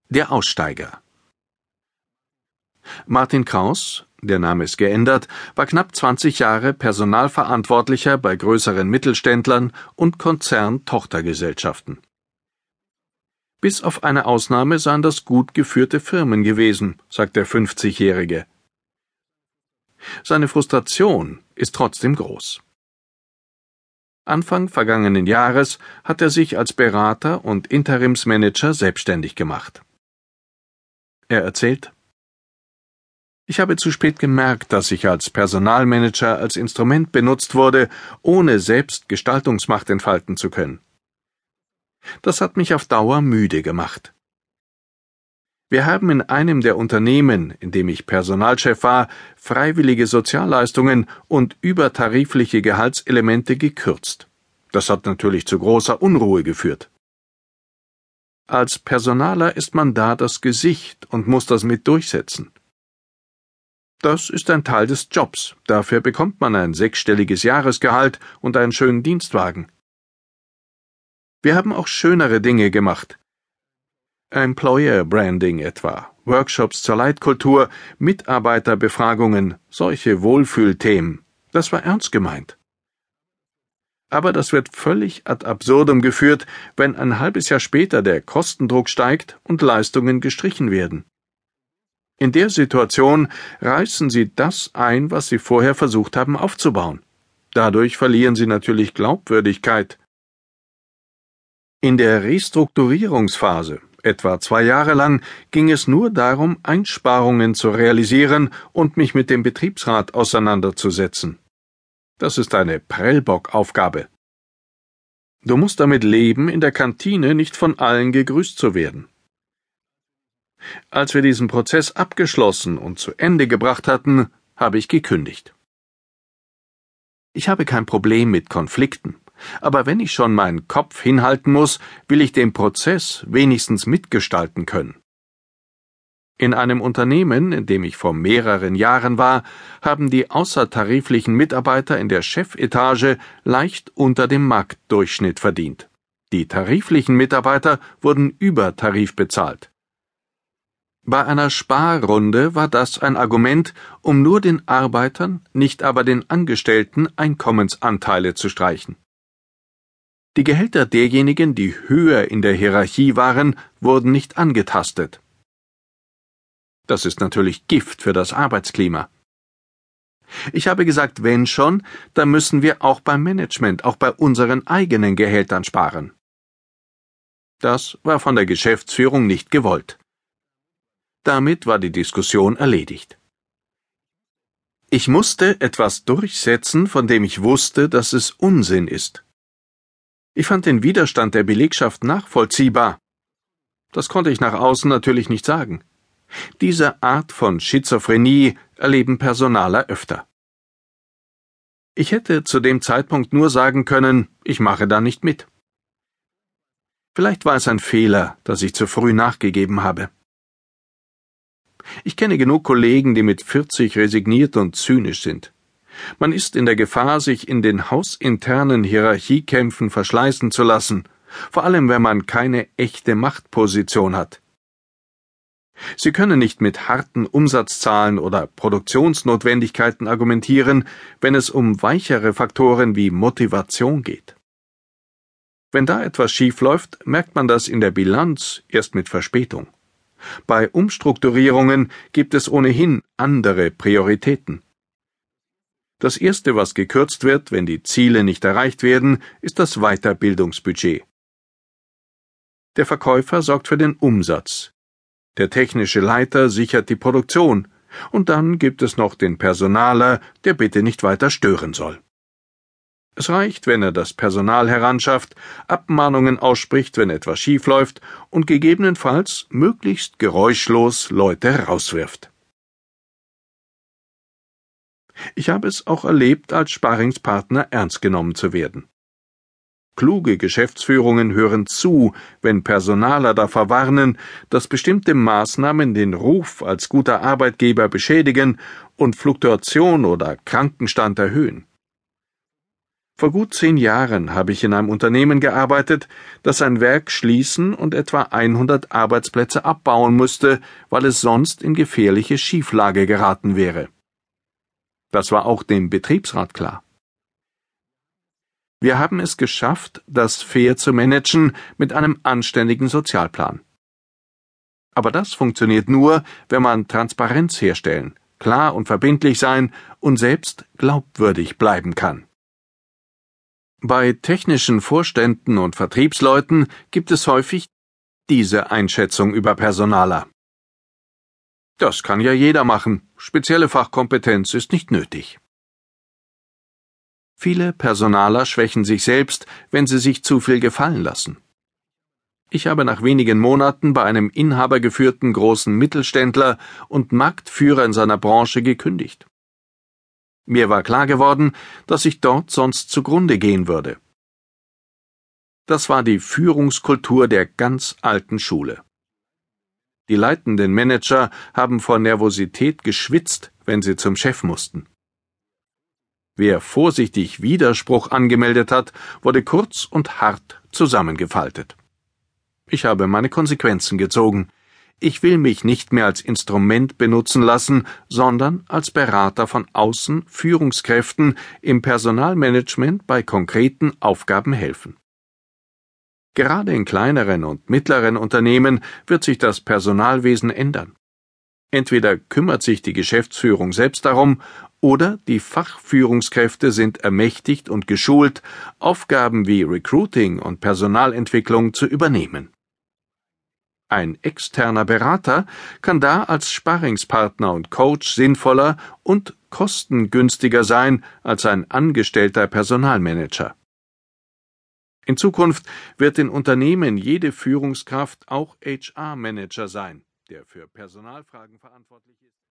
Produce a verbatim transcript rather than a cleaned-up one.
Der Aussteiger. Martin Kraus, der Name ist geändert, war knapp zwanzig Jahre Personalverantwortlicher bei größeren Mittelständlern und Konzern-Tochtergesellschaften. Bis auf eine Ausnahme seien das gut geführte Firmen gewesen, sagt der fünfzigjährige. Seine Frustration ist trotzdem groß. Anfang vergangenen Jahres hat er sich als Berater und Interimsmanager selbstständig gemacht. Er erzählt: Ich habe zu spät gemerkt, dass ich als Personalmanager als Instrument benutzt wurde, ohne selbst Gestaltungsmacht entfalten zu können. Das hat mich auf Dauer müde gemacht. Wir haben in einem der Unternehmen, in dem ich Personalchef war, freiwillige Sozialleistungen und übertarifliche Gehaltselemente gekürzt. Das hat natürlich zu großer Unruhe geführt. Als Personaler ist man da das Gesicht und muss das mit durchsetzen. Das ist ein Teil des Jobs. Dafür bekommt man ein sechsstelliges Jahresgehalt und einen schönen Dienstwagen. Wir haben auch schönere Dinge gemacht. Employer Branding etwa, Workshops zur Leitkultur, Mitarbeiterbefragungen, solche Wohlfühlthemen. Das war ernst gemeint. Aber das wird völlig ad absurdum geführt, wenn ein halbes Jahr später der Kostendruck steigt und Leistungen gestrichen werden. In der Situation reißen Sie das ein, was Sie vorher versucht haben aufzubauen. Dadurch verlieren Sie natürlich Glaubwürdigkeit. In der Restrukturierungsphase, etwa zwei Jahre lang, ging es nur darum, Einsparungen zu realisieren und mich mit dem Betriebsrat auseinanderzusetzen. Das ist eine Prellbock-Aufgabe. Du musst damit leben, in der Kantine nicht von allen gegrüßt zu werden. Als wir diesen Prozess abgeschlossen und zu Ende gebracht hatten, habe ich gekündigt. Ich habe kein Problem mit Konflikten, aber wenn ich schon meinen Kopf hinhalten muss, will ich den Prozess wenigstens mitgestalten können. In einem Unternehmen, in dem ich vor mehreren Jahren war, haben die außertariflichen Mitarbeiter in der Chefetage leicht unter dem Marktdurchschnitt verdient. Die tariflichen Mitarbeiter wurden über Tarif bezahlt. Bei einer Sparrunde war das ein Argument, um nur den Arbeitern, nicht aber den Angestellten Einkommensanteile zu streichen. Die Gehälter derjenigen, die höher in der Hierarchie waren, wurden nicht angetastet. Das ist natürlich Gift für das Arbeitsklima. Ich habe gesagt, wenn schon, dann müssen wir auch beim Management, auch bei unseren eigenen Gehältern sparen. Das war von der Geschäftsführung nicht gewollt. Damit war die Diskussion erledigt. Ich musste etwas durchsetzen, von dem ich wusste, dass es Unsinn ist. Ich fand den Widerstand der Belegschaft nachvollziehbar. Das konnte ich nach außen natürlich nicht sagen. Diese Art von Schizophrenie erleben Personaler öfter. Ich hätte zu dem Zeitpunkt nur sagen können, ich mache da nicht mit. Vielleicht war es ein Fehler, dass ich zu früh nachgegeben habe. Ich kenne genug Kollegen, die mit vierzig resigniert und zynisch sind. Man ist in der Gefahr, sich in den hausinternen Hierarchiekämpfen verschleißen zu lassen, vor allem wenn man keine echte Machtposition hat. Sie können nicht mit harten Umsatzzahlen oder Produktionsnotwendigkeiten argumentieren, wenn es um weichere Faktoren wie Motivation geht. Wenn da etwas schiefläuft, merkt man das in der Bilanz erst mit Verspätung. Bei Umstrukturierungen gibt es ohnehin andere Prioritäten. Das Erste, was gekürzt wird, wenn die Ziele nicht erreicht werden, ist das Weiterbildungsbudget. Der Verkäufer sorgt für den Umsatz. Der technische Leiter sichert die Produktion. Und dann gibt es noch den Personaler, der bitte nicht weiter stören soll. Es reicht, wenn er das Personal heranschafft, Abmahnungen ausspricht, wenn etwas schiefläuft und gegebenenfalls möglichst geräuschlos Leute rauswirft. Ich habe es auch erlebt, als Sparringspartner ernst genommen zu werden. Kluge Geschäftsführungen hören zu, wenn Personaler davor warnen, dass bestimmte Maßnahmen den Ruf als guter Arbeitgeber beschädigen und Fluktuation oder Krankenstand erhöhen. Vor gut zehn Jahren habe ich in einem Unternehmen gearbeitet, das ein Werk schließen und etwa hundert Arbeitsplätze abbauen musste, weil es sonst in gefährliche Schieflage geraten wäre. Das war auch dem Betriebsrat klar. Wir haben es geschafft, das fair zu managen mit einem anständigen Sozialplan. Aber das funktioniert nur, wenn man Transparenz herstellen, klar und verbindlich sein und selbst glaubwürdig bleiben kann. Bei technischen Vorständen und Vertriebsleuten gibt es häufig diese Einschätzung über Personaler. Das kann ja jeder machen, spezielle Fachkompetenz ist nicht nötig. Viele Personaler schwächen sich selbst, wenn sie sich zu viel gefallen lassen. Ich habe nach wenigen Monaten bei einem inhabergeführten großen Mittelständler und Marktführer in seiner Branche gekündigt. Mir war klar geworden, dass ich dort sonst zugrunde gehen würde. Das war die Führungskultur der ganz alten Schule. Die leitenden Manager haben vor Nervosität geschwitzt, wenn sie zum Chef mussten. Wer vorsichtig Widerspruch angemeldet hat, wurde kurz und hart zusammengefaltet. Ich habe meine Konsequenzen gezogen. Ich will mich nicht mehr als Instrument benutzen lassen, sondern als Berater von außen Führungskräften im Personalmanagement bei konkreten Aufgaben helfen. Gerade in kleineren und mittleren Unternehmen wird sich das Personalwesen ändern. Entweder kümmert sich die Geschäftsführung selbst darum, oder die Fachführungskräfte sind ermächtigt und geschult, Aufgaben wie Recruiting und Personalentwicklung zu übernehmen. Ein externer Berater kann da als Sparringspartner und Coach sinnvoller und kostengünstiger sein als ein angestellter Personalmanager. In Zukunft wird in Unternehmen jede Führungskraft auch H R-Manager sein, der für Personalfragen verantwortlich ist.